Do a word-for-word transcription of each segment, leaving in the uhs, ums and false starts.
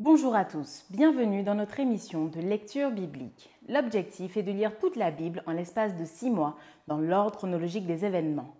Bonjour à tous, bienvenue dans notre émission de lecture biblique. L'objectif est de lire toute la Bible en l'espace de six mois dans l'ordre chronologique des événements.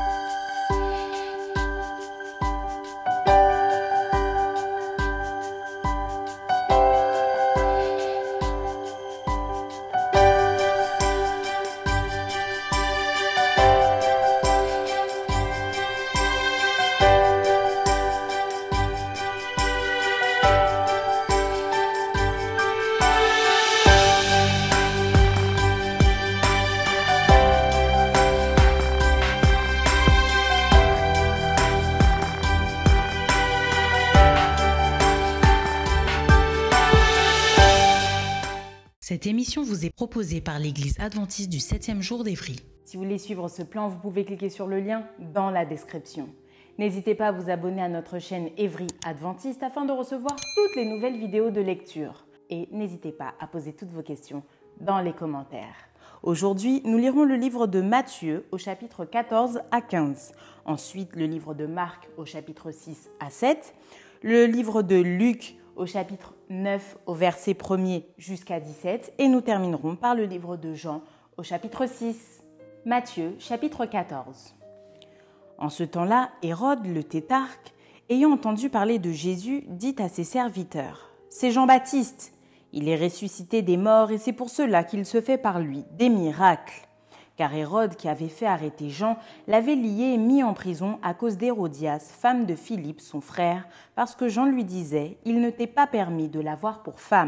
Cette émission vous est proposée par l'Église adventiste du septième jour d'Évry. Si vous voulez suivre ce plan, vous pouvez cliquer sur le lien dans la description. N'hésitez pas à vous abonner à notre chaîne Évry Adventiste afin de recevoir toutes les nouvelles vidéos de lecture. Et n'hésitez pas à poser toutes vos questions dans les commentaires. Aujourd'hui, nous lirons le livre de Matthieu au chapitre quatorze à quinze. Ensuite, le livre de Marc au chapitre six à sept. Le livre de Luc au chapitre neuf au verset premier jusqu'à dix-sept. Et nous terminerons par le livre de Jean au chapitre six. Matthieu, chapitre quatorze. En ce temps-là, Hérode le tétrarque, ayant entendu parler de Jésus, dit à ses serviteurs : « C'est Jean-Baptiste. Il est ressuscité des morts et c'est pour cela qu'il se fait par lui des miracles. » Car Hérode, qui avait fait arrêter Jean, l'avait lié et mis en prison à cause d'Hérodias, femme de Philippe, son frère, parce que Jean lui disait « Il ne t'est pas permis de l'avoir pour femme. »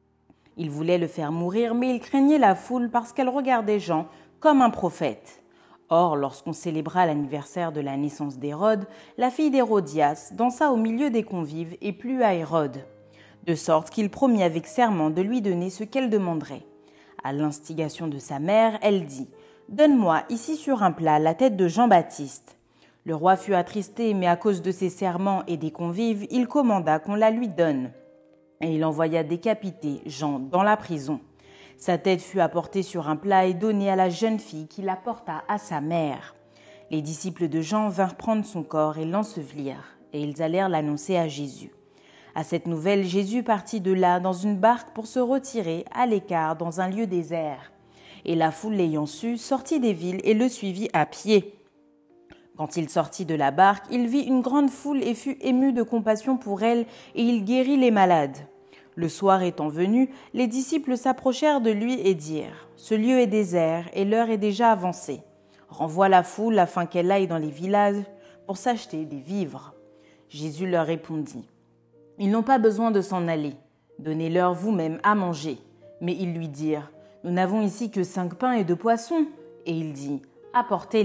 Il voulait le faire mourir, mais il craignait la foule parce qu'elle regardait Jean comme un prophète. Or, lorsqu'on célébra l'anniversaire de la naissance d'Hérode, la fille d'Hérodias dansa au milieu des convives et plut à Hérode, de sorte qu'il promit avec serment de lui donner ce qu'elle demanderait. À l'instigation de sa mère, elle dit « Donne-moi ici sur un plat la tête de Jean-Baptiste. » Le roi fut attristé, mais à cause de ses serments et des convives, il commanda qu'on la lui donne. Et il envoya décapiter Jean dans la prison. Sa tête fut apportée sur un plat et donnée à la jeune fille qui la porta à sa mère. Les disciples de Jean vinrent prendre son corps et l'ensevelirent, et ils allèrent l'annoncer à Jésus. À cette nouvelle, Jésus partit de là dans une barque pour se retirer à l'écart dans un lieu désert. Et la foule l'ayant su, sortit des villes et le suivit à pied. Quand il sortit de la barque, il vit une grande foule et fut ému de compassion pour elle, et il guérit les malades. Le soir étant venu, les disciples s'approchèrent de lui et dirent : « Ce lieu est désert et l'heure est déjà avancée. Renvoie la foule afin qu'elle aille dans les villages pour s'acheter des vivres. » Jésus leur répondit : « Ils n'ont pas besoin de s'en aller. Donnez-leur vous-même à manger. » Mais ils lui dirent : « Nous n'avons ici que cinq pains et deux poissons. » Et il dit : « Apportez-les-moi. »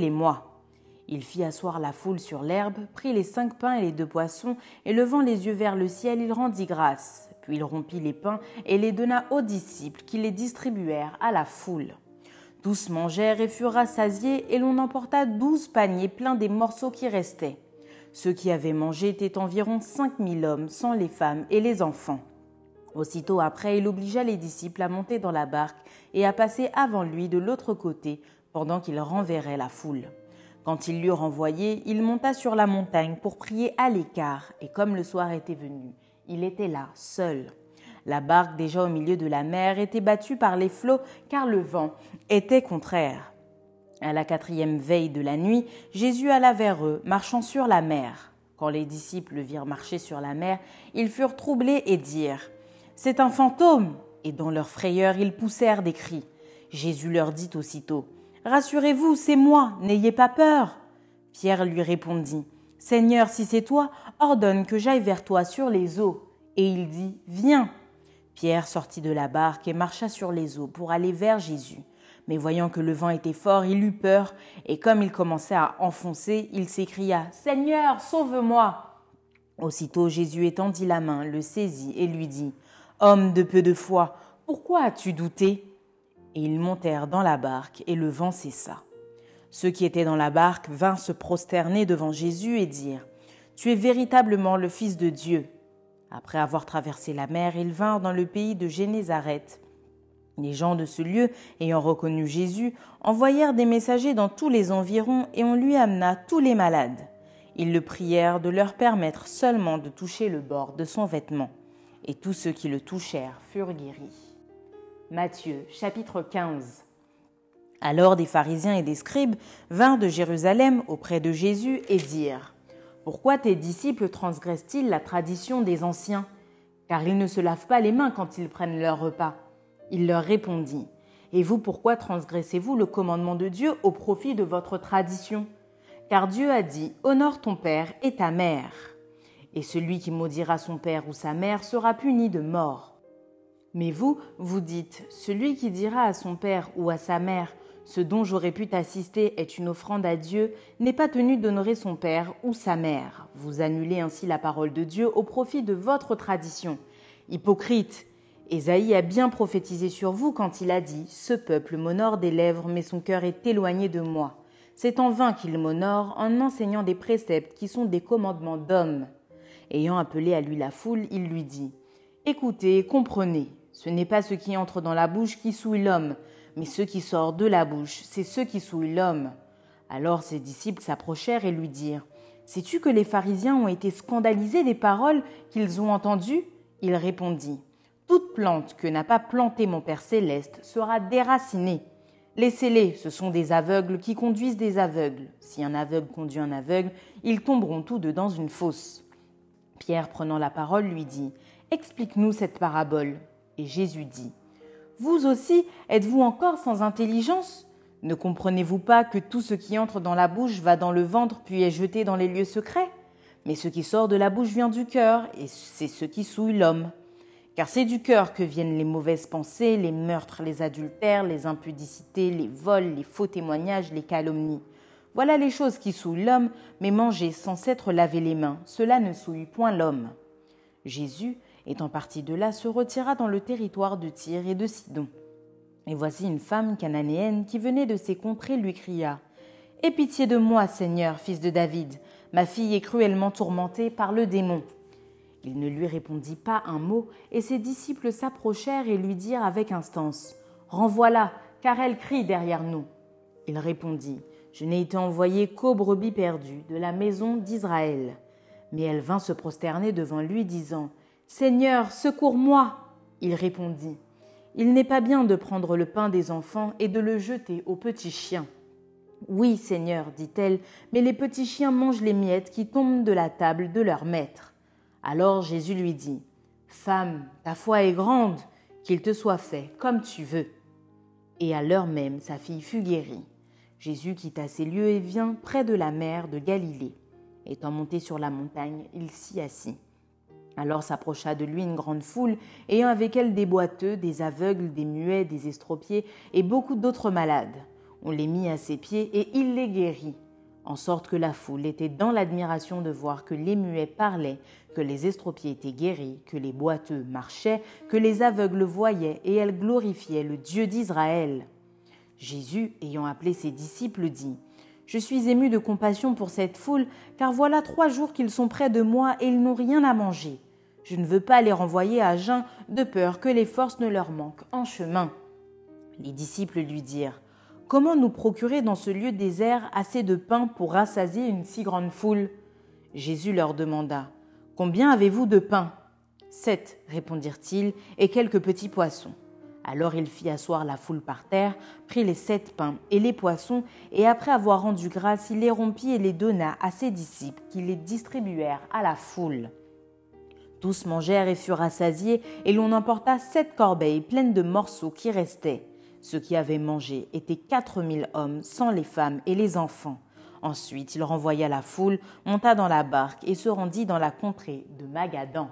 Il fit asseoir la foule sur l'herbe, prit les cinq pains et les deux poissons, et levant les yeux vers le ciel, il rendit grâce. Puis il rompit les pains et les donna aux disciples, qui les distribuèrent à la foule. Tous mangèrent et furent rassasiés, et l'on emporta douze paniers pleins des morceaux qui restaient. Ceux qui avaient mangé étaient environ cinq mille hommes, sans les femmes et les enfants. Aussitôt après, il obligea les disciples à monter dans la barque et à passer avant lui de l'autre côté, pendant qu'il renverrait la foule. Quand il l'eut renvoyé, il monta sur la montagne pour prier à l'écart, et comme le soir était venu, il était là, seul. La barque, déjà au milieu de la mer, était battue par les flots, car le vent était contraire. À la quatrième veille de la nuit, Jésus alla vers eux, marchant sur la mer. Quand les disciples le virent marcher sur la mer, ils furent troublés et dirent : « C'est un fantôme !» Et dans leur frayeur, ils poussèrent des cris. Jésus leur dit aussitôt : « Rassurez-vous, c'est moi, n'ayez pas peur. » Pierre lui répondit : « Seigneur, si c'est toi, ordonne que j'aille vers toi sur les eaux. » Et il dit : « Viens. » Pierre sortit de la barque et marcha sur les eaux pour aller vers Jésus. Mais voyant que le vent était fort, il eut peur, et comme il commençait à enfoncer, il s'écria : « Seigneur, sauve-moi !» Aussitôt Jésus étendit la main, le saisit et lui dit : « Homme de peu de foi, pourquoi as-tu douté ?» Et ils montèrent dans la barque, et le vent cessa. Ceux qui étaient dans la barque vinrent se prosterner devant Jésus et dirent : « Tu es véritablement le Fils de Dieu. » Après avoir traversé la mer, ils vinrent dans le pays de Génézareth. Les gens de ce lieu, ayant reconnu Jésus, envoyèrent des messagers dans tous les environs et on lui amena tous les malades. Ils le prièrent de leur permettre seulement de toucher le bord de son vêtement. et tous ceux qui le touchèrent furent guéris. Matthieu, chapitre quinze. Alors des pharisiens et des scribes vinrent de Jérusalem auprès de Jésus et dirent : « Pourquoi tes disciples transgressent-ils la tradition des anciens ? Car ils ne se lavent pas les mains quand ils prennent leur repas. » Il leur répondit : « Et vous, pourquoi transgressez-vous le commandement de Dieu au profit de votre tradition ? Car Dieu a dit : Honore ton père et ta mère. Et celui qui maudira son père ou sa mère sera puni de mort. Mais vous, vous dites : Celui qui dira à son père ou à sa mère : Ce dont j'aurais pu t'assister est une offrande à Dieu, n'est pas tenu d'honorer son père ou sa mère. Vous annulez ainsi la parole de Dieu au profit de votre tradition. Hypocrite ! Ésaïe a bien prophétisé sur vous quand il a dit : Ce peuple m'honore des lèvres, mais son cœur est éloigné de moi. C'est en vain qu'il m'honore en enseignant des préceptes qui sont des commandements d'hommes. Ayant appelé à lui la foule, il lui dit : Écoutez, comprenez, ce n'est pas ce qui entre dans la bouche qui souille l'homme, mais ce qui sort de la bouche, c'est ce qui souille l'homme. Alors ses disciples s'approchèrent et lui dirent : Sais-tu que les pharisiens ont été scandalisés des paroles qu'ils ont entendues ? Il répondit : Toute plante que n'a pas plantée mon Père céleste sera déracinée. Laissez-les, ce sont des aveugles qui conduisent des aveugles. Si un aveugle conduit un aveugle, ils tomberont tous deux dans une fosse. Pierre, prenant la parole, lui dit : Explique-nous cette parabole. Et Jésus dit : Vous aussi, êtes-vous encore sans intelligence ? Ne comprenez-vous pas que tout ce qui entre dans la bouche va dans le ventre puis est jeté dans les lieux secrets ? Mais ce qui sort de la bouche vient du cœur, et c'est ce qui souille l'homme. Car c'est du cœur que viennent les mauvaises pensées, les meurtres, les adultères, les impudicités, les vols, les faux témoignages, les calomnies. Voilà les choses qui souillent l'homme, mais manger sans s'être lavé les mains, cela ne souille point l'homme. Jésus, étant parti de là, se retira dans le territoire de Tyr et de Sidon. Et voici une femme cananéenne qui venait de ces contrées lui cria : « Aie pitié de moi, Seigneur, fils de David, ma fille est cruellement tourmentée par le démon. » Il ne lui répondit pas un mot, et ses disciples s'approchèrent et lui dirent avec instance : « Renvoie-la, car elle crie derrière nous. » Il répondit : « Je n'ai été envoyé qu'aux brebis perdues de la maison d'Israël. » Mais elle vint se prosterner devant lui, disant : « Seigneur, secours-moi !» Il répondit : « Il n'est pas bien de prendre le pain des enfants et de le jeter aux petits chiens. » « Oui, Seigneur, dit-elle, mais les petits chiens mangent les miettes qui tombent de la table de leur maître. » Alors Jésus lui dit : « Femme, ta foi est grande, qu'il te soit fait comme tu veux. » Et à l'heure même, sa fille fut guérie. Jésus quitta ces lieux et vint près de la mer de Galilée. Étant monté sur la montagne, il s'y assit. Alors s'approcha de lui une grande foule, ayant avec elle des boiteux, des aveugles, des muets, des estropiés et beaucoup d'autres malades. On les mit à ses pieds et il les guérit, en sorte que la foule était dans l'admiration de voir que les muets parlaient, que les estropiés étaient guéris, que les boiteux marchaient, que les aveugles voyaient, et elle glorifiait le Dieu d'Israël. Jésus, ayant appelé ses disciples, dit : « Je suis ému de compassion pour cette foule, car voilà trois jours qu'ils sont près de moi et ils n'ont rien à manger. Je ne veux pas les renvoyer à jeun, de peur que les forces ne leur manquent en chemin. » Les disciples lui dirent : « Comment nous procurer dans ce lieu désert assez de pain pour rassasier une si grande foule ?» Jésus leur demanda : « Combien avez-vous de pain ? » « Sept, répondirent-ils, et quelques petits poissons. » Alors il fit asseoir la foule par terre, prit les sept pains et les poissons, et après avoir rendu grâce, il les rompit et les donna à ses disciples, qui les distribuèrent à la foule. Tous mangèrent et furent rassasiés, et l'on emporta sept corbeilles pleines de morceaux qui restaient. Ceux qui avaient mangé étaient quatre mille hommes, sans les femmes et les enfants. Ensuite, il renvoya la foule, monta dans la barque et se rendit dans la contrée de Magadan.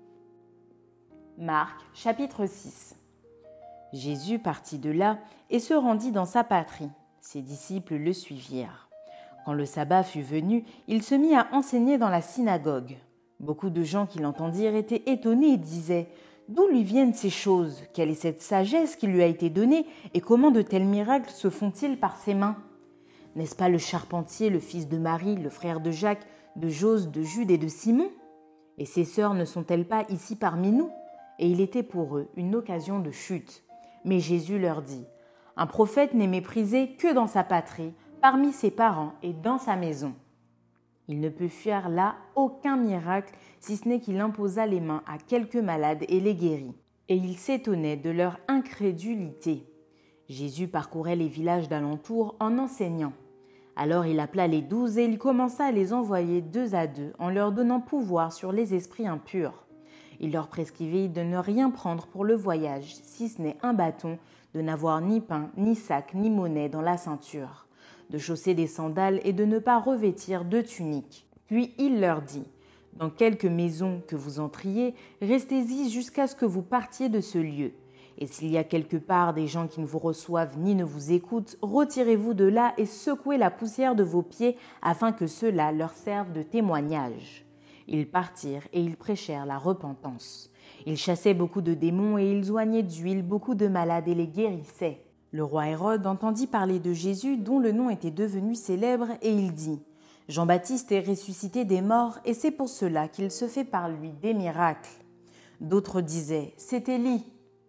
Marc, chapitre six. Jésus partit de là et se rendit dans sa patrie. Ses disciples le suivirent. Quand le sabbat fut venu, il se mit à enseigner dans la synagogue. Beaucoup de gens qui l'entendirent étaient étonnés et disaient : « D'où lui viennent ces choses ? Quelle est cette sagesse qui lui a été donnée et comment de tels miracles se font-ils par ses mains ? N'est-ce pas le charpentier, le fils de Marie, le frère de Jacques, de Jose, de Jude et de Simon ? Et ses sœurs ne sont-elles pas ici parmi nous ? » Et il était pour eux une occasion de chute. Mais Jésus leur dit : « Un prophète n'est méprisé que dans sa patrie, parmi ses parents et dans sa maison. » Il ne peut faire là aucun miracle, si ce n'est qu'il imposa les mains à quelques malades et les guérit. Et il s'étonnait de leur incrédulité. Jésus parcourait les villages d'alentour en enseignant. Alors il appela les douze et il commença à les envoyer deux à deux en leur donnant pouvoir sur les esprits impurs. Il leur prescrivit de ne rien prendre pour le voyage, si ce n'est un bâton, de n'avoir ni pain, ni sac, ni monnaie dans la ceinture, de chausser des sandales et de ne pas revêtir de tunique. Puis il leur dit : dans quelque maison que vous entriez, restez-y jusqu'à ce que vous partiez de ce lieu. Et s'il y a quelque part des gens qui ne vous reçoivent ni ne vous écoutent, retirez-vous de là et secouez la poussière de vos pieds afin que cela leur serve de témoignage. Ils partirent et ils prêchèrent la repentance. Ils chassaient beaucoup de démons et ils oignaient d'huile beaucoup de malades et les guérissaient. Le roi Hérode entendit parler de Jésus dont le nom était devenu célèbre et il dit : Jean-Baptiste est ressuscité des morts et c'est pour cela qu'il se fait par lui des miracles. D'autres disaient : c'est Élie.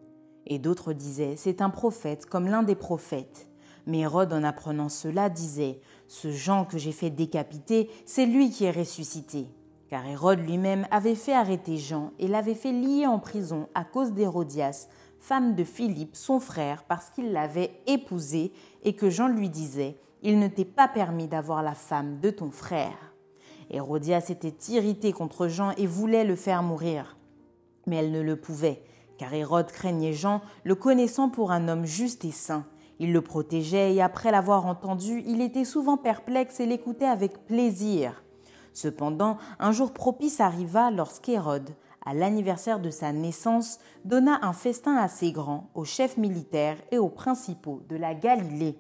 Et d'autres disaient : c'est un prophète comme l'un des prophètes. Mais Hérode, en apprenant cela, disait : ce Jean que j'ai fait décapiter, c'est lui qui est ressuscité. Car Hérode lui-même avait fait arrêter Jean et l'avait fait lier en prison à cause d'Hérodias, femme de Philippe, son frère, parce qu'il l'avait épousée et que Jean lui disait : il ne t'est pas permis d'avoir la femme de ton frère. Hérodias était irritée contre Jean et voulait le faire mourir. Mais elle ne le pouvait, car Hérode craignait Jean, le connaissant pour un homme juste et saint. Il le protégeait et après l'avoir entendu, il était souvent perplexe et l'écoutait avec plaisir. Cependant, un jour propice arriva lorsqu'Hérode, à l'anniversaire de sa naissance, donna un festin assez grand aux chefs militaires et aux principaux de la Galilée.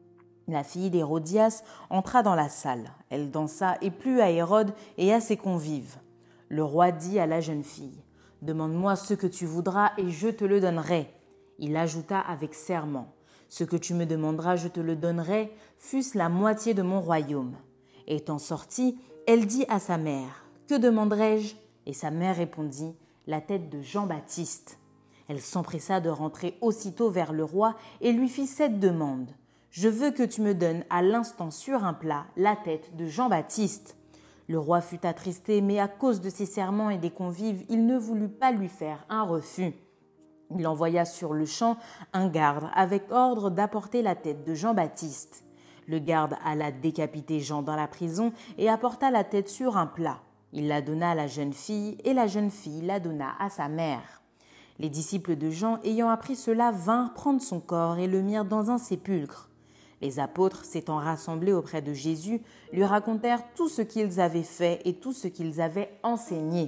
La fille d'Hérodias entra dans la salle. Elle dansa et plut à Hérode et à ses convives. Le roi dit à la jeune fille : « Demande-moi ce que tu voudras et je te le donnerai. » Il ajouta avec serment : « Ce que tu me demanderas, je te le donnerai, fût-ce la moitié de mon royaume. » Étant sortie, elle dit à sa mère : « Que demanderai-je » Et sa mère répondit : « La tête de Jean-Baptiste. » Elle s'empressa de rentrer aussitôt vers le roi et lui fit cette demande : « Je veux que tu me donnes à l'instant sur un plat la tête de Jean-Baptiste. » Le roi fut attristé, mais à cause de ses serments et des convives, il ne voulut pas lui faire un refus. Il envoya sur le champ un garde avec ordre d'apporter la tête de Jean-Baptiste. Le garde alla décapiter Jean dans la prison et apporta la tête sur un plat. Il la donna à la jeune fille et la jeune fille la donna à sa mère. Les disciples de Jean, ayant appris cela, vinrent prendre son corps et le mirent dans un sépulcre. Les apôtres, s'étant rassemblés auprès de Jésus, lui racontèrent tout ce qu'ils avaient fait et tout ce qu'ils avaient enseigné.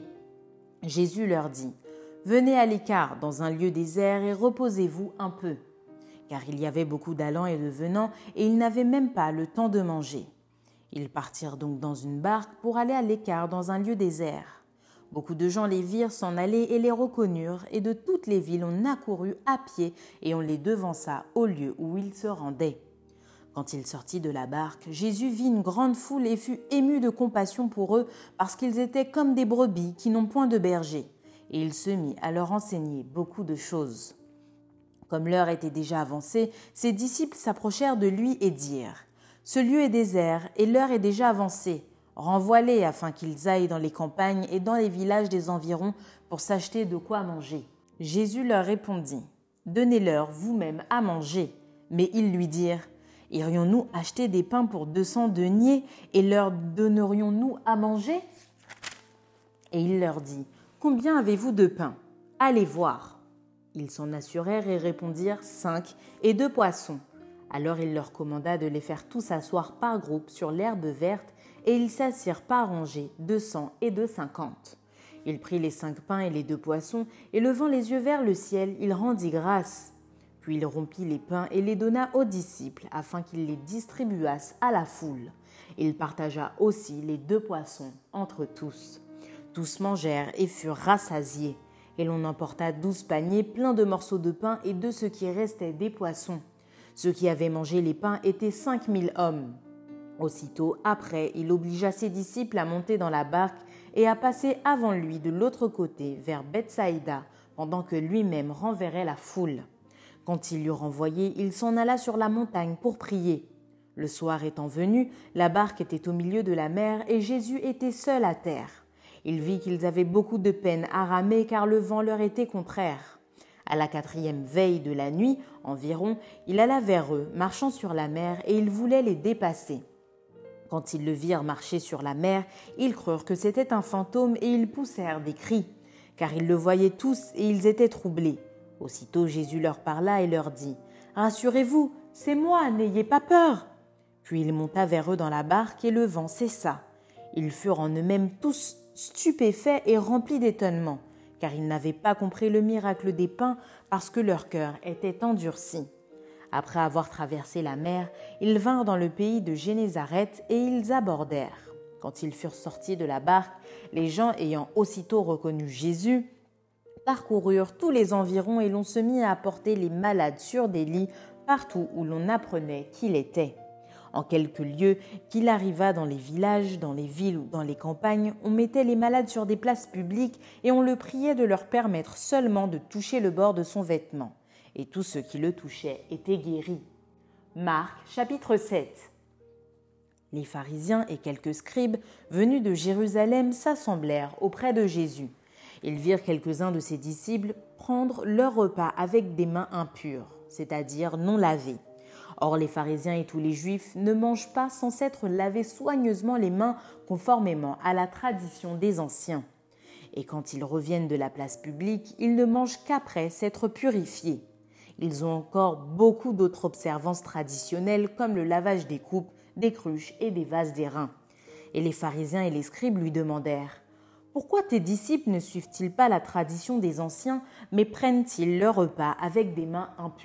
Jésus leur dit : « Venez à l'écart dans un lieu désert et reposez-vous un peu. » Car il y avait beaucoup d'allants et de venants, et ils n'avaient même pas le temps de manger. Ils partirent donc dans une barque pour aller à l'écart dans un lieu désert. Beaucoup de gens les virent s'en aller et les reconnurent, et de toutes les villes on accourut à pied et on les devança au lieu où ils se rendaient. Quand il sortit de la barque, Jésus vit une grande foule et fut ému de compassion pour eux, parce qu'ils étaient comme des brebis qui n'ont point de berger, et il se mit à leur enseigner beaucoup de choses. Comme l'heure était déjà avancée, ses disciples s'approchèrent de lui et dirent : « Ce lieu est désert et l'heure est déjà avancée. Renvoie-les afin qu'ils aillent dans les campagnes et dans les villages des environs pour s'acheter de quoi manger. » Jésus leur répondit : « Donnez-leur vous-même à manger. » Mais ils lui dirent : « Irions-nous acheter des pains pour deux cents deniers et leur donnerions-nous à manger ?» Et il leur dit : « Combien avez-vous de pain ? Allez voir. » Ils s'en assurèrent et répondirent : « Cinq et deux poissons. » Alors il leur commanda de les faire tous asseoir par groupes sur l'herbe verte, et ils s'assirent par rangées, deux cents et deux cinquante. Il prit les cinq pains et les deux poissons, et levant les yeux vers le ciel, il rendit grâce. Puis il rompit les pains et les donna aux disciples, afin qu'ils les distribuassent à la foule. Il partagea aussi les deux poissons entre tous. Tous mangèrent et furent rassasiés. Et l'on emporta douze paniers pleins de morceaux de pain et de ce qui restait des poissons. Ceux qui avaient mangé les pains étaient cinq mille hommes. Aussitôt après, il obligea ses disciples à monter dans la barque et à passer avant lui de l'autre côté, vers Bethsaïda, pendant que lui-même renverrait la foule. Quand il l'eut renvoyé, il s'en alla sur la montagne pour prier. Le soir étant venu, la barque était au milieu de la mer et Jésus était seul à terre. Il vit qu'ils avaient beaucoup de peine à ramer car le vent leur était contraire. À la quatrième veille de la nuit environ, il alla vers eux, marchant sur la mer, et il voulait les dépasser. Quand ils le virent marcher sur la mer, ils crurent que c'était un fantôme et ils poussèrent des cris, car ils le voyaient tous et ils étaient troublés. Aussitôt Jésus leur parla et leur dit « Rassurez-vous, c'est moi, n'ayez pas peur !» Puis il monta vers eux dans la barque et le vent cessa. Ils furent en eux-mêmes tous stupéfaits et remplis d'étonnement, car ils n'avaient pas compris le miracle des pains parce que leur cœur était endurci. Après avoir traversé la mer, ils vinrent dans le pays de Génézareth et ils abordèrent. Quand ils furent sortis de la barque, les gens ayant aussitôt reconnu Jésus, parcoururent tous les environs et l'on se mit à apporter les malades sur des lits partout où l'on apprenait qu'il était. En quelques lieues qu'il arriva dans les villages, dans les villes ou dans les campagnes, on mettait les malades sur des places publiques et on le priait de leur permettre seulement de toucher le bord de son vêtement. Et tous ceux qui le touchaient étaient guéris. Marc, chapitre sept. Les pharisiens et quelques scribes venus de Jérusalem s'assemblèrent auprès de Jésus. Ils virent quelques-uns de ses disciples prendre leur repas avec des mains impures, c'est-à-dire non lavées. Or, les pharisiens et tous les juifs ne mangent pas sans s'être lavés soigneusement les mains conformément à la tradition des anciens. Et quand ils reviennent de la place publique, ils ne mangent qu'après s'être purifiés. Ils ont encore beaucoup d'autres observances traditionnelles comme le lavage des coupes, des cruches et des vases d'airain. Et les pharisiens et les scribes lui demandèrent « Pourquoi tes disciples ne suivent-ils pas la tradition des anciens, mais prennent-ils leur repas avec des mains impures ?»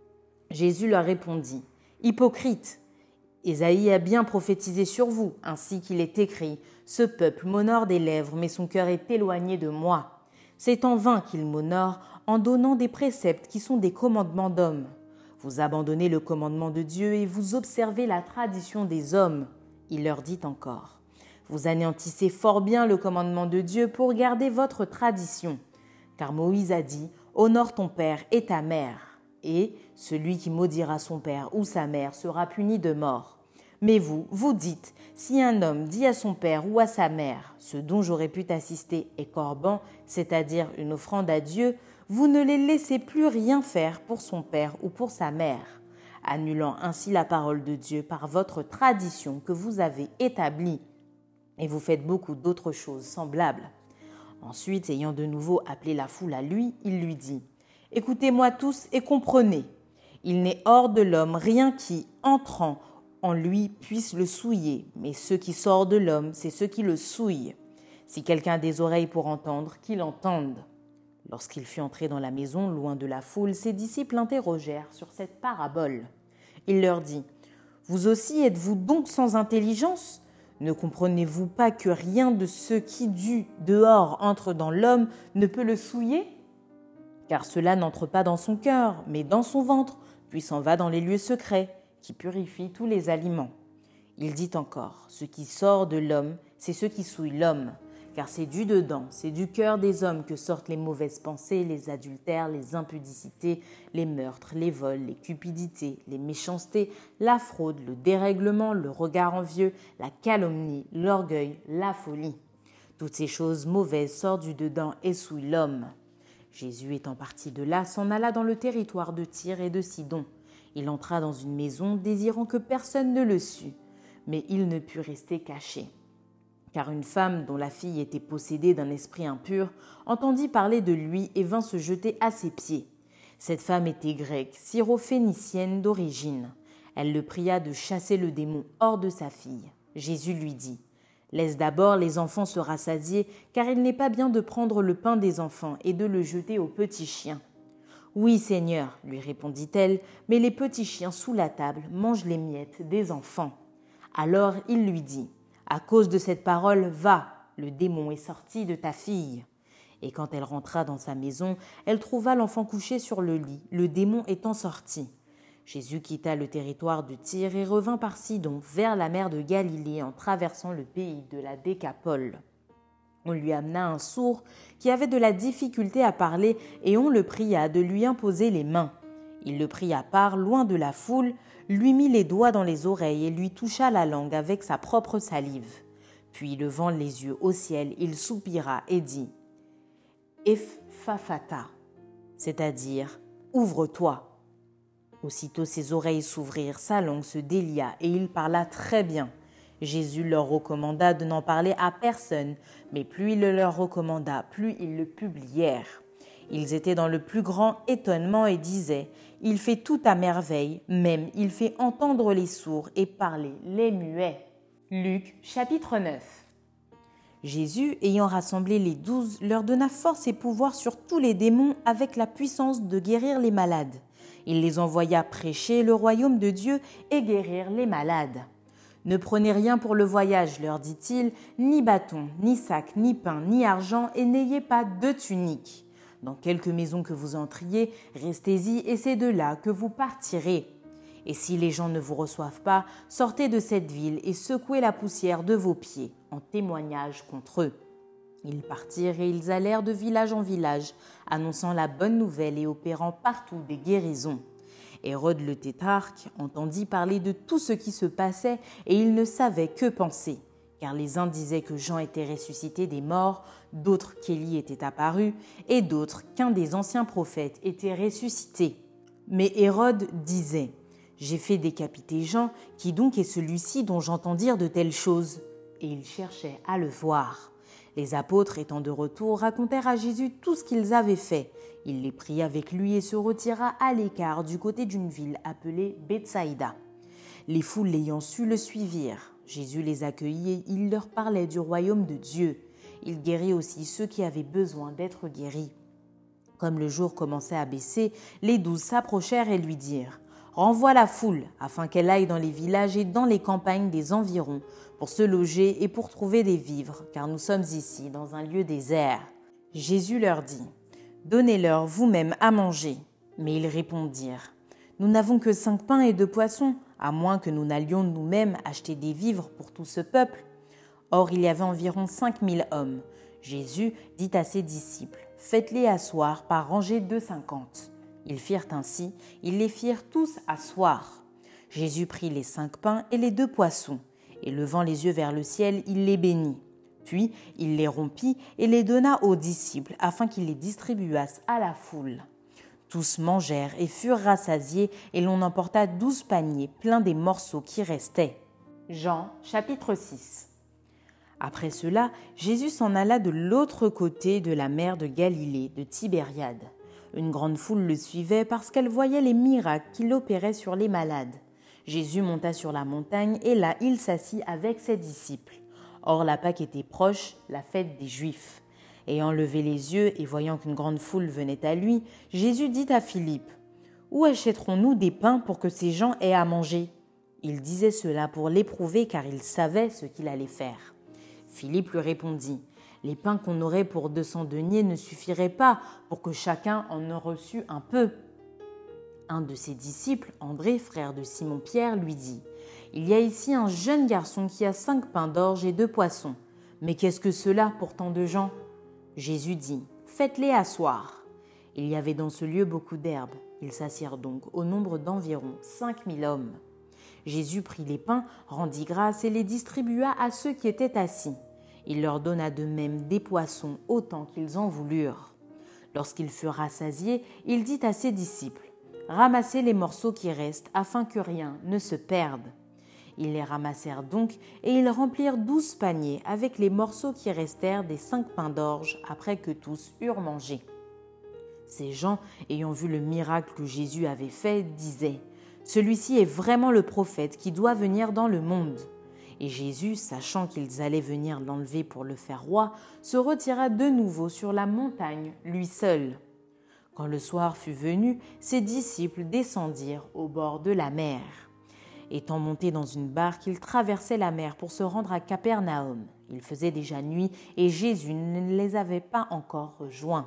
Jésus leur répondit « Hypocrite, Ésaïe a bien prophétisé sur vous, ainsi qu'il est écrit « Ce peuple m'honore des lèvres, mais son cœur est éloigné de moi. » C'est en vain qu'il m'honore en donnant des préceptes qui sont des commandements d'hommes. Vous abandonnez le commandement de Dieu et vous observez la tradition des hommes. Il leur dit encore « Vous anéantissez fort bien le commandement de Dieu pour garder votre tradition. Car Moïse a dit « Honore ton père et ta mère ». Et celui qui maudira son père ou sa mère sera puni de mort. Mais vous, vous dites, si un homme dit à son père ou à sa mère, ce dont j'aurais pu t'assister est corban, c'est-à-dire une offrande à Dieu, vous ne les laissez plus rien faire pour son père ou pour sa mère, annulant ainsi la parole de Dieu par votre tradition que vous avez établie. Et vous faites beaucoup d'autres choses semblables. Ensuite, ayant de nouveau appelé la foule à lui, il lui dit « Écoutez-moi tous et comprenez. Il n'est hors de l'homme rien qui, entrant en lui, puisse le souiller, mais ce qui sort de l'homme, c'est ce qui le souille. Si quelqu'un a des oreilles pour entendre, qu'il entende. » Lorsqu'il fut entré dans la maison, loin de la foule, ses disciples l'interrogèrent sur cette parabole. Il leur dit « Vous aussi êtes-vous donc sans intelligence ? Ne comprenez-vous pas que rien de ce qui du dehors entre dans l'homme ne peut le souiller ? Car cela n'entre pas dans son cœur, mais dans son ventre, puis s'en va dans les lieux secrets, qui purifient tous les aliments. Il dit encore, ce qui sort de l'homme, c'est ce qui souille l'homme, car c'est du dedans, c'est du cœur des hommes que sortent les mauvaises pensées, les adultères, les impudicités, les meurtres, les vols, les cupidités, les méchancetés, la fraude, le dérèglement, le regard envieux, la calomnie, l'orgueil, la folie. Toutes ces choses mauvaises sortent du dedans et souillent l'homme. Jésus étant parti de là, s'en alla dans le territoire de Tyr et de Sidon. Il entra dans une maison, désirant que personne ne le sût, mais il ne put rester caché. Car une femme dont la fille était possédée d'un esprit impur entendit parler de lui et vint se jeter à ses pieds. Cette femme était grecque, syrophénicienne d'origine. Elle le pria de chasser le démon hors de sa fille. Jésus lui dit « Laisse d'abord les enfants se rassasier, car il n'est pas bien de prendre le pain des enfants et de le jeter aux petits chiens. » « Oui, Seigneur, lui répondit-elle, mais les petits chiens sous la table mangent les miettes des enfants. » Alors il lui dit « À cause de cette parole, va, le démon est sorti de ta fille. » Et quand elle rentra dans sa maison, elle trouva l'enfant couché sur le lit, le démon étant sorti. Jésus quitta le territoire de Tyr et revint par Sidon, vers la mer de Galilée, en traversant le pays de la Décapole. On lui amena un sourd qui avait de la difficulté à parler et on le pria de lui imposer les mains. Il le prit à part, loin de la foule, lui mit les doigts dans les oreilles et lui toucha la langue avec sa propre salive. Puis, levant les yeux au ciel, il soupira et dit « Ephaphata », c'est-à-dire « Ouvre-toi ». Aussitôt ses oreilles s'ouvrirent, sa langue se délia et il parla très bien. Jésus leur recommanda de n'en parler à personne, mais plus il le leur recommanda, plus ils le publièrent. Ils étaient dans le plus grand étonnement et disaient « Il fait tout à merveille, même il fait entendre les sourds et parler les muets. » Luc chapitre neuf. Jésus, ayant rassemblé les douze, leur donna force et pouvoir sur tous les démons avec la puissance de guérir les malades. Il les envoya prêcher le royaume de Dieu et guérir les malades. « Ne prenez rien pour le voyage, leur dit-il, ni bâton, ni sac, ni pain, ni argent, et n'ayez pas de tunique. Dans quelque maison que vous entriez, restez-y et c'est de là que vous partirez. Et si les gens ne vous reçoivent pas, sortez de cette ville et secouez la poussière de vos pieds, en témoignage contre eux. » Ils partirent et ils allèrent de village en village, annonçant la bonne nouvelle et opérant partout des guérisons. Hérode le tétrarque entendit parler de tout ce qui se passait et il ne savait que penser, car les uns disaient que Jean était ressuscité des morts, d'autres qu'Élie était apparu et d'autres qu'un des anciens prophètes était ressuscité. Mais Hérode disait « J'ai fait décapiter Jean, qui donc est celui-ci dont j'entends dire de telles choses ?» Et il cherchait à le voir. Les apôtres, étant de retour, racontèrent à Jésus tout ce qu'ils avaient fait. Il les prit avec lui et se retira à l'écart du côté d'une ville appelée Bethsaïda. Les foules l'ayant su le suivirent. Jésus les accueillit et il leur parlait du royaume de Dieu. Il guérit aussi ceux qui avaient besoin d'être guéris. Comme le jour commençait à baisser, les douze s'approchèrent et lui dirent « Renvoie la foule, afin qu'elle aille dans les villages et dans les campagnes des environs, pour se loger et pour trouver des vivres, car nous sommes ici dans un lieu désert. » Jésus leur dit « Donnez-leur vous-même à manger. » Mais ils répondirent « Nous n'avons que cinq pains et deux poissons, à moins que nous n'allions nous-mêmes acheter des vivres pour tout ce peuple. » Or il y avait environ cinq mille hommes. Jésus dit à ses disciples « Faites-les asseoir par rangées de cinquante. » Ils firent ainsi, ils les firent tous asseoir. Jésus prit les cinq pains et les deux poissons, et levant les yeux vers le ciel, il les bénit. Puis il les rompit et les donna aux disciples, afin qu'ils les distribuassent à la foule. Tous mangèrent et furent rassasiés, et l'on emporta douze paniers pleins des morceaux qui restaient. Jean chapitre six. Après cela, Jésus s'en alla de l'autre côté de la mer de Galilée, de Tibériade. Une grande foule le suivait parce qu'elle voyait les miracles qu'il opérait sur les malades. Jésus monta sur la montagne et là il s'assit avec ses disciples. Or la Pâque était proche, la fête des Juifs. Ayant levé les yeux et voyant qu'une grande foule venait à lui, Jésus dit à Philippe « Où achèterons-nous des pains pour que ces gens aient à manger ?» Il disait cela pour l'éprouver car il savait ce qu'il allait faire. Philippe lui répondit « Les pains qu'on aurait pour deux cents deniers ne suffiraient pas pour que chacun en ait reçu un peu. » Un de ses disciples, André, frère de Simon-Pierre, lui dit « Il y a ici un jeune garçon qui a cinq pains d'orge et deux poissons. Mais qu'est-ce que cela pour tant de gens ?» Jésus dit « Faites-les asseoir. » Il y avait dans ce lieu beaucoup d'herbes. Ils s'assirent donc au nombre d'environ cinq mille hommes. Jésus prit les pains, rendit grâce et les distribua à ceux qui étaient assis. Il leur donna de même des poissons autant qu'ils en voulurent. Lorsqu'ils furent rassasiés, il dit à ses disciples « Ramassez les morceaux qui restent afin que rien ne se perde. » Ils les ramassèrent donc et ils remplirent douze paniers avec les morceaux qui restèrent des cinq pains d'orge après que tous eurent mangé. Ces gens, ayant vu le miracle que Jésus avait fait, disaient « Celui-ci est vraiment le prophète qui doit venir dans le monde. » Et Jésus, sachant qu'ils allaient venir l'enlever pour le faire roi, se retira de nouveau sur la montagne, lui seul. Quand le soir fut venu, ses disciples descendirent au bord de la mer. Étant montés dans une barque, ils traversaient la mer pour se rendre à Capernaum. Il faisait déjà nuit et Jésus ne les avait pas encore rejoints.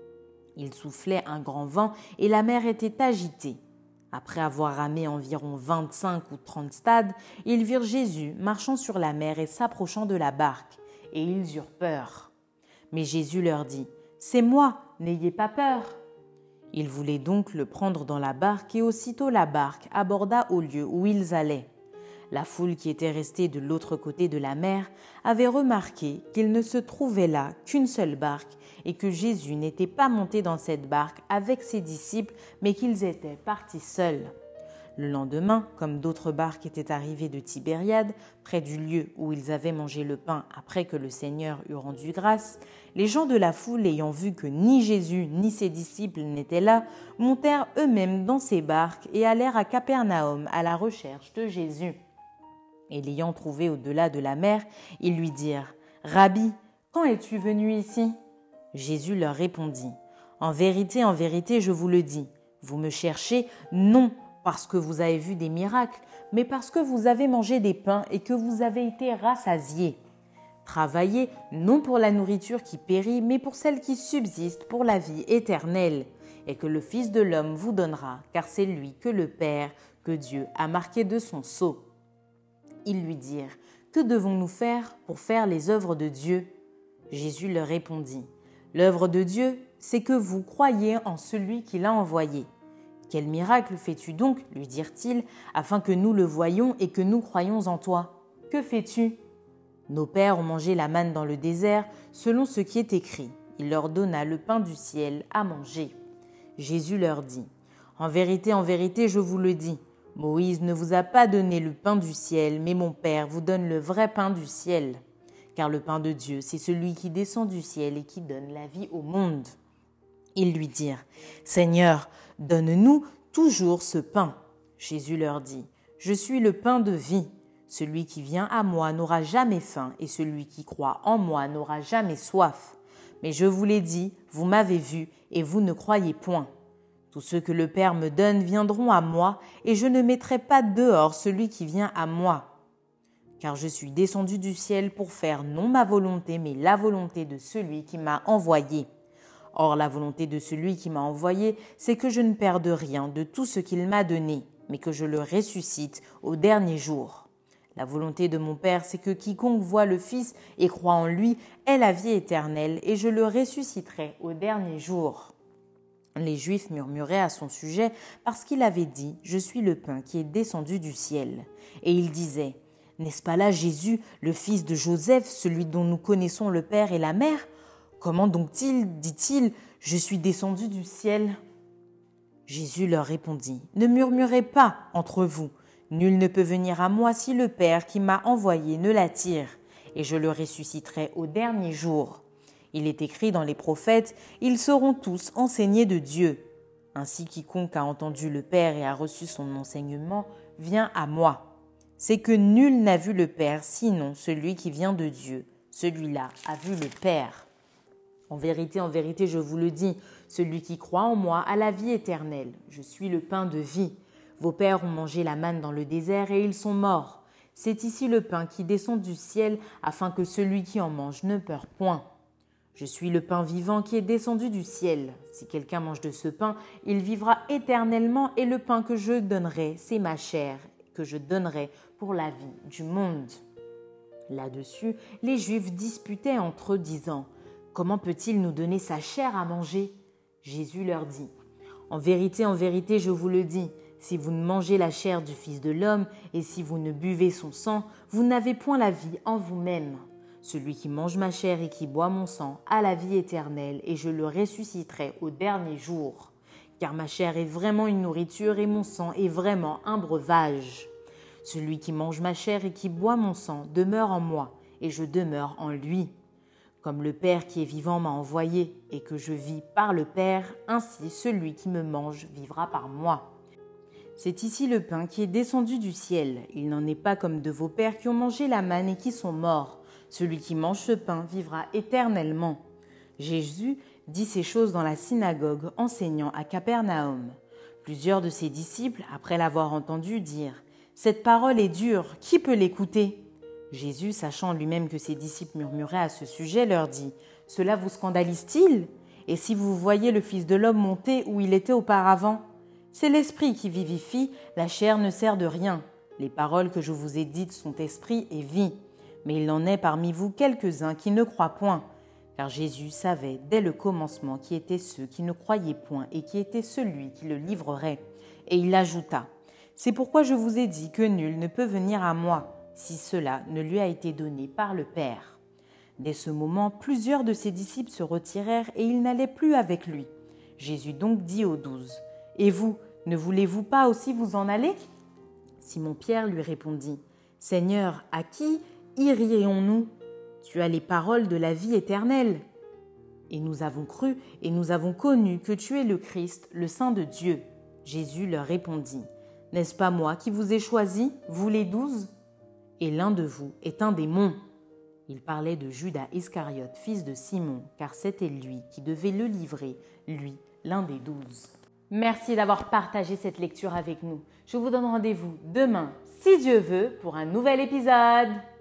Il soufflait un grand vent et la mer était agitée. Après avoir ramé environ vingt-cinq ou trente stades, ils virent Jésus marchant sur la mer et s'approchant de la barque, et ils eurent peur. Mais Jésus leur dit « C'est moi, n'ayez pas peur !» Ils voulaient donc le prendre dans la barque et aussitôt la barque aborda au lieu où ils allaient. La foule qui était restée de l'autre côté de la mer avait remarqué qu'il ne se trouvait là qu'une seule barque et que Jésus n'était pas monté dans cette barque avec ses disciples, mais qu'ils étaient partis seuls. Le lendemain, comme d'autres barques étaient arrivées de Tibériade, près du lieu où ils avaient mangé le pain après que le Seigneur eut rendu grâce, les gens de la foule, ayant vu que ni Jésus ni ses disciples n'étaient là, montèrent eux-mêmes dans ces barques et allèrent à Capernaum à la recherche de Jésus. Et l'ayant trouvé au-delà de la mer, ils lui dirent « Rabbi, quand es-tu venu ici ?» Jésus leur répondit « En vérité, en vérité, je vous le dis, vous me cherchez non parce que vous avez vu des miracles, mais parce que vous avez mangé des pains et que vous avez été rassasiés. Travaillez non pour la nourriture qui périt, mais pour celle qui subsiste pour la vie éternelle, et que le Fils de l'homme vous donnera, car c'est lui que le Père, que Dieu a marqué de son sceau. » Ils lui dirent « Que devons-nous faire pour faire les œuvres de Dieu ?» Jésus leur répondit « L'œuvre de Dieu, c'est que vous croyiez en celui qui l'a envoyé. » « Quel miracle fais-tu donc, lui dirent-ils, afin que nous le voyions et que nous croyions en toi? Que fais-tu? Nos pères ont mangé la manne dans le désert, selon ce qui est écrit. Il leur donna le pain du ciel à manger. Jésus leur dit « En vérité, en vérité, je vous le dis, Moïse ne vous a pas donné le pain du ciel, mais mon Père vous donne le vrai pain du ciel. Car le pain de Dieu, c'est celui qui descend du ciel et qui donne la vie au monde. » Ils lui dirent « Seigneur, donne-nous toujours ce pain. » Jésus leur dit « Je suis le pain de vie. Celui qui vient à moi n'aura jamais faim et celui qui croit en moi n'aura jamais soif. Mais je vous l'ai dit, vous m'avez vu et vous ne croyez point. Tous ceux que le Père me donne viendront à moi et je ne mettrai pas dehors celui qui vient à moi. Car je suis descendu du ciel pour faire non ma volonté mais la volonté de celui qui m'a envoyé. Or, la volonté de celui qui m'a envoyé, c'est que je ne perde rien de tout ce qu'il m'a donné, mais que je le ressuscite au dernier jour. La volonté de mon Père, c'est que quiconque voit le Fils et croit en lui ait la vie éternelle, et je le ressusciterai au dernier jour. » Les Juifs murmuraient à son sujet parce qu'il avait dit « Je suis le pain qui est descendu du ciel. » Et ils disaient « N'est-ce pas là Jésus, le fils de Joseph, celui dont nous connaissons le Père et la Mère ? Comment donc-il, dit-il, je suis descendu du ciel ?» Jésus leur répondit, « Ne murmurez pas entre vous. Nul ne peut venir à moi si le Père qui m'a envoyé ne l'attire, et je le ressusciterai au dernier jour. Il est écrit dans les prophètes, ils seront tous enseignés de Dieu. Ainsi quiconque a entendu le Père et a reçu son enseignement vient à moi. C'est que nul n'a vu le Père sinon celui qui vient de Dieu. Celui-là a vu le Père. En vérité, en vérité, je vous le dis, celui qui croit en moi a la vie éternelle. Je suis le pain de vie. Vos pères ont mangé la manne dans le désert et ils sont morts. C'est ici le pain qui descend du ciel afin que celui qui en mange ne meure point. Je suis le pain vivant qui est descendu du ciel. Si quelqu'un mange de ce pain, il vivra éternellement et le pain que je donnerai, c'est ma chair que je donnerai pour la vie du monde. » Là-dessus, les Juifs disputaient entre eux disant « Comment peut-il nous donner sa chair à manger ?» Jésus leur dit « En vérité, en vérité, je vous le dis, si vous ne mangez la chair du Fils de l'homme et si vous ne buvez son sang, vous n'avez point la vie en vous-même. Celui qui mange ma chair et qui boit mon sang a la vie éternelle et je le ressusciterai au dernier jour. Car ma chair est vraiment une nourriture et mon sang est vraiment un breuvage. Celui qui mange ma chair et qui boit mon sang demeure en moi et je demeure en lui. Comme le Père qui est vivant m'a envoyé et que je vis par le Père, ainsi celui qui me mange vivra par moi. C'est ici le pain qui est descendu du ciel. Il n'en est pas comme de vos pères qui ont mangé la manne et qui sont morts. Celui qui mange ce pain vivra éternellement. » Jésus dit ces choses dans la synagogue, enseignant à Capernaum. Plusieurs de ses disciples, après l'avoir entendu, dirent « Cette parole est dure, qui peut l'écouter ?» Jésus, sachant lui-même que ses disciples murmuraient à ce sujet, leur dit « Cela vous scandalise-t-il ? Et si vous voyez le Fils de l'homme monter où il était auparavant ? C'est l'esprit qui vivifie, la chair ne sert de rien. Les paroles que je vous ai dites sont esprit et vie. Mais il en est parmi vous quelques-uns qui ne croient point. car Jésus savait dès le commencement qui étaient ceux qui ne croyaient point et qui était celui qui le livrerait. Et il ajouta, « C'est pourquoi je vous ai dit que nul ne peut venir à moi, si cela ne lui a été donné par le Père. » Dès ce moment, plusieurs de ses disciples se retirèrent et ils n'allaient plus avec lui. Jésus donc dit aux douze, « Et vous, ne voulez-vous pas aussi vous en aller ?» Simon-Pierre lui répondit, « Seigneur, à qui irions-nous ? Tu as les paroles de la vie éternelle. Et nous avons cru et nous avons connu que tu es le Christ, le Saint de Dieu. » Jésus leur répondit, « N'est-ce pas moi qui vous ai choisis, vous les douze ? Et l'un de vous est un démon. » Il parlait de Judas Iscariote, fils de Simon, car c'était lui qui devait le livrer, lui, l'un des douze. Merci d'avoir partagé cette lecture avec nous. Je vous donne rendez-vous demain, si Dieu veut, pour un nouvel épisode.